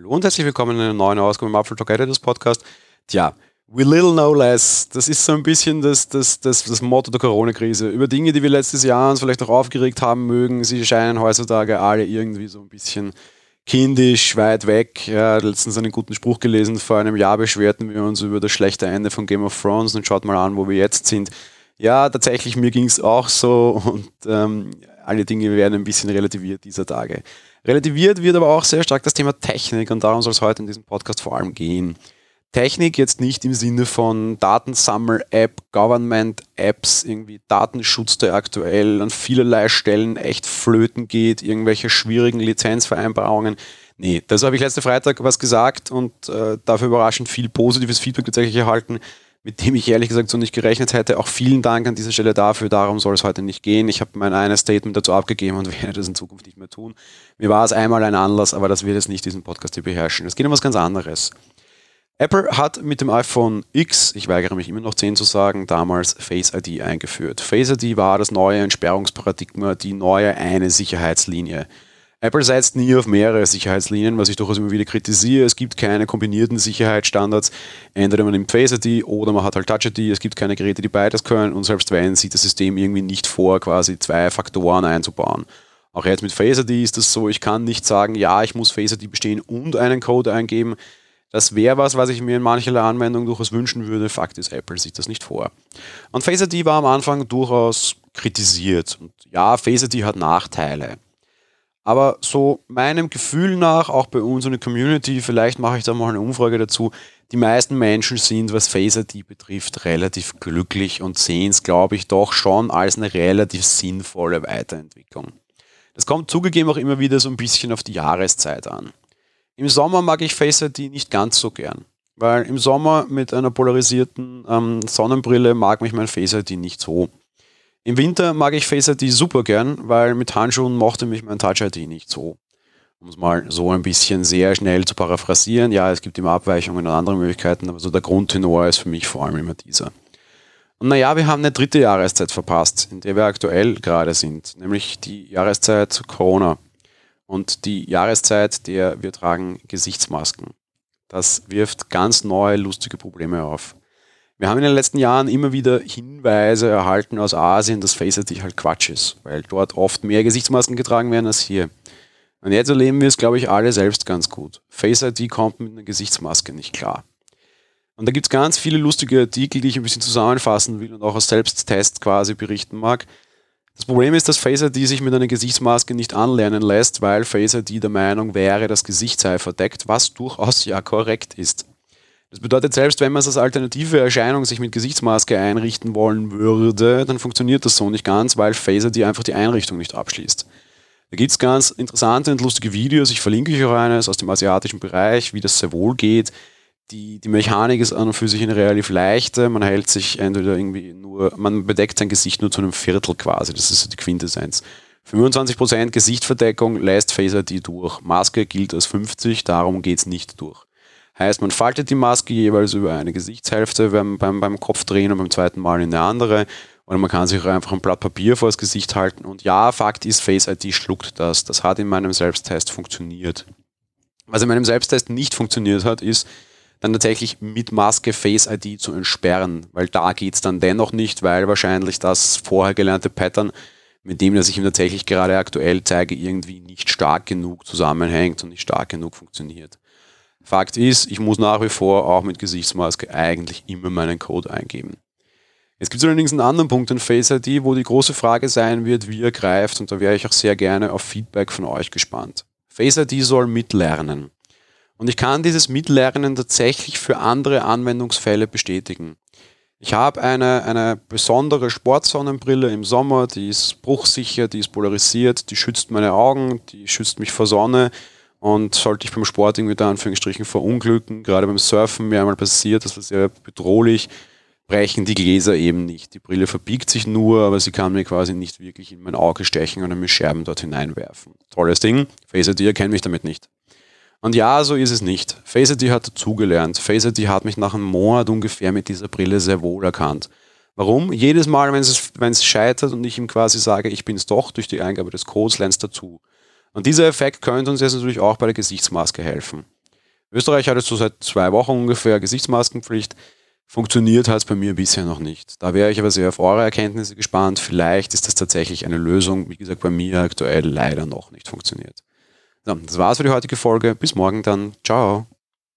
Hallo und herzlich willkommen in einer neuen Ausgabe im Apfel Talk Editors Podcast. Tja, we little know less. Das ist so ein bisschen das Motto der Corona-Krise. Über Dinge, die wir letztes Jahr uns vielleicht auch aufgeregt haben mögen, sie scheinen heutzutage alle irgendwie so ein bisschen kindisch, weit weg. Ja, letztens einen guten Spruch gelesen, vor einem Jahr beschwerten wir uns über das schlechte Ende von Game of Thrones und schaut mal an, wo wir jetzt sind. Ja, tatsächlich, mir ging es auch so und alle Dinge werden ein bisschen relativiert dieser Tage. Relativiert wird aber auch sehr stark das Thema Technik und darum soll es heute in diesem Podcast vor allem gehen. Technik jetzt nicht im Sinne von Datensammel-App, Government-Apps, irgendwie Datenschutz, der aktuell an vielerlei Stellen echt flöten geht, irgendwelche schwierigen Lizenzvereinbarungen. Nee, das habe ich letzten Freitag was gesagt und dafür überraschend viel positives Feedback tatsächlich erhalten, mit dem ich ehrlich gesagt so nicht gerechnet hätte. Auch vielen Dank an dieser Stelle dafür, darum soll es heute nicht gehen. Ich habe mein eines Statement dazu abgegeben und werde das in Zukunft nicht mehr tun. Mir war es einmal ein Anlass, aber das wird jetzt nicht diesen Podcast hier beherrschen. Es geht um was ganz anderes. Apple hat mit dem iPhone X, ich weigere mich immer noch 10 zu sagen, damals Face ID eingeführt. Face ID war das neue Entsperrungsparadigma, die neue eine Sicherheitslinie. Apple setzt nie auf mehrere Sicherheitslinien, was ich durchaus immer wieder kritisiere. Es gibt keine kombinierten Sicherheitsstandards. Entweder man nimmt Face ID oder man hat halt Touch ID. Es gibt keine Geräte, die beides können und selbst wenn, sieht das System irgendwie nicht vor, quasi 2 Faktoren einzubauen. Auch jetzt mit Face ID ist das so, ich kann nicht sagen, ja, ich muss Face ID bestehen und einen Code eingeben. Das wäre was ich mir in mancherlei Anwendungen durchaus wünschen würde. Fakt ist, Apple sieht das nicht vor. Und Face ID war am Anfang durchaus kritisiert. Und ja, Face ID hat Nachteile. Aber so meinem Gefühl nach, auch bei uns in der Community, vielleicht mache ich da mal eine Umfrage dazu, die meisten Menschen sind, was Face ID betrifft, relativ glücklich und sehen es, glaube ich, doch schon als eine relativ sinnvolle Weiterentwicklung. Das kommt zugegeben auch immer wieder so ein bisschen auf die Jahreszeit an. Im Sommer mag ich Face ID nicht ganz so gern, weil im Sommer mit einer polarisierten Sonnenbrille mag mich mein Face ID nicht so. Im Winter mag ich Face ID super gern, weil mit Handschuhen mochte mich mein Touch ID nicht so. Um es mal so ein bisschen sehr schnell zu paraphrasieren, ja, es gibt immer Abweichungen und andere Möglichkeiten, aber so der Grundtenor ist für mich vor allem immer dieser. Und naja, wir haben eine dritte Jahreszeit verpasst, in der wir aktuell gerade sind, nämlich die Jahreszeit Corona. Und die Jahreszeit, der wir tragen Gesichtsmasken. Das wirft ganz neue, lustige Probleme auf. Wir haben in den letzten Jahren immer wieder Hinweise erhalten aus Asien, dass Face ID halt Quatsch ist, weil dort oft mehr Gesichtsmasken getragen werden als hier. Und jetzt erleben wir es, glaube ich, alle selbst ganz gut. Face ID kommt mit einer Gesichtsmaske nicht klar. Und da gibt es ganz viele lustige Artikel, die ich ein bisschen zusammenfassen will und auch aus Selbsttest quasi berichten mag. Das Problem ist, dass Face ID sich mit einer Gesichtsmaske nicht anlernen lässt, weil Face ID der Meinung wäre, das Gesicht sei verdeckt, was durchaus ja korrekt ist. Das bedeutet, selbst wenn man es als alternative Erscheinung sich mit Gesichtsmaske einrichten wollen würde, dann funktioniert das so nicht ganz, weil Face ID einfach die Einrichtung nicht abschließt. Da gibt es ganz interessante und lustige Videos, ich verlinke euch auch eines aus dem asiatischen Bereich, wie das sehr wohl geht. Die Mechanik ist an und für sich eine relativ leichte, man hält sich entweder irgendwie nur, man bedeckt sein Gesicht nur zu einem Viertel quasi, das ist so die Quintessenz. 25% Gesichtsverdeckung lässt Face ID durch, Maske gilt als 50, darum geht es nicht durch. Heißt, man faltet die Maske jeweils über eine Gesichtshälfte beim Kopfdrehen und beim zweiten Mal in eine andere. Oder man kann sich auch einfach ein Blatt Papier vor das Gesicht halten. Und ja, Fakt ist, Face ID schluckt das. Das hat in meinem Selbsttest funktioniert. Was in meinem Selbsttest nicht funktioniert hat, ist dann tatsächlich mit Maske Face ID zu entsperren. Weil da geht es dann dennoch nicht, weil wahrscheinlich das vorher gelernte Pattern, mit dem, das ich ihm tatsächlich gerade aktuell zeige, irgendwie nicht stark genug zusammenhängt und nicht stark genug funktioniert. Fakt ist, ich muss nach wie vor auch mit Gesichtsmaske eigentlich immer meinen Code eingeben. Jetzt gibt es allerdings einen anderen Punkt in Face ID, wo die große Frage sein wird, wie er greift, und da wäre ich auch sehr gerne auf Feedback von euch gespannt. Face ID soll mitlernen. Und ich kann dieses Mitlernen tatsächlich für andere Anwendungsfälle bestätigen. Ich habe eine besondere Sportsonnenbrille im Sommer, die ist bruchsicher, die ist polarisiert, die schützt meine Augen, die schützt mich vor Sonne. Und sollte ich beim Sport irgendwie da Anführungsstrichen verunglücken, gerade beim Surfen mir einmal passiert, das war sehr bedrohlich, brechen die Gläser eben nicht. Die Brille verbiegt sich nur, aber sie kann mir quasi nicht wirklich in mein Auge stechen oder mir Scherben dort hineinwerfen. Tolles Ding, Face ID erkennt mich damit nicht. Und ja, so ist es nicht. Face ID hat dazugelernt. Face ID hat mich nach einem Monat ungefähr mit dieser Brille sehr wohl erkannt. Warum? Jedes Mal, wenn es scheitert und ich ihm quasi sage, ich bin es doch, durch die Eingabe des Codes lernt es dazu. Und dieser Effekt könnte uns jetzt natürlich auch bei der Gesichtsmaske helfen. Österreich hat jetzt so seit 2 Wochen ungefähr Gesichtsmaskenpflicht. Funktioniert hat es bei mir bisher noch nicht. Da wäre ich aber sehr auf eure Erkenntnisse gespannt. Vielleicht ist das tatsächlich eine Lösung. Wie gesagt, bei mir aktuell leider noch nicht funktioniert. So, das war's für die heutige Folge. Bis morgen dann. Ciao.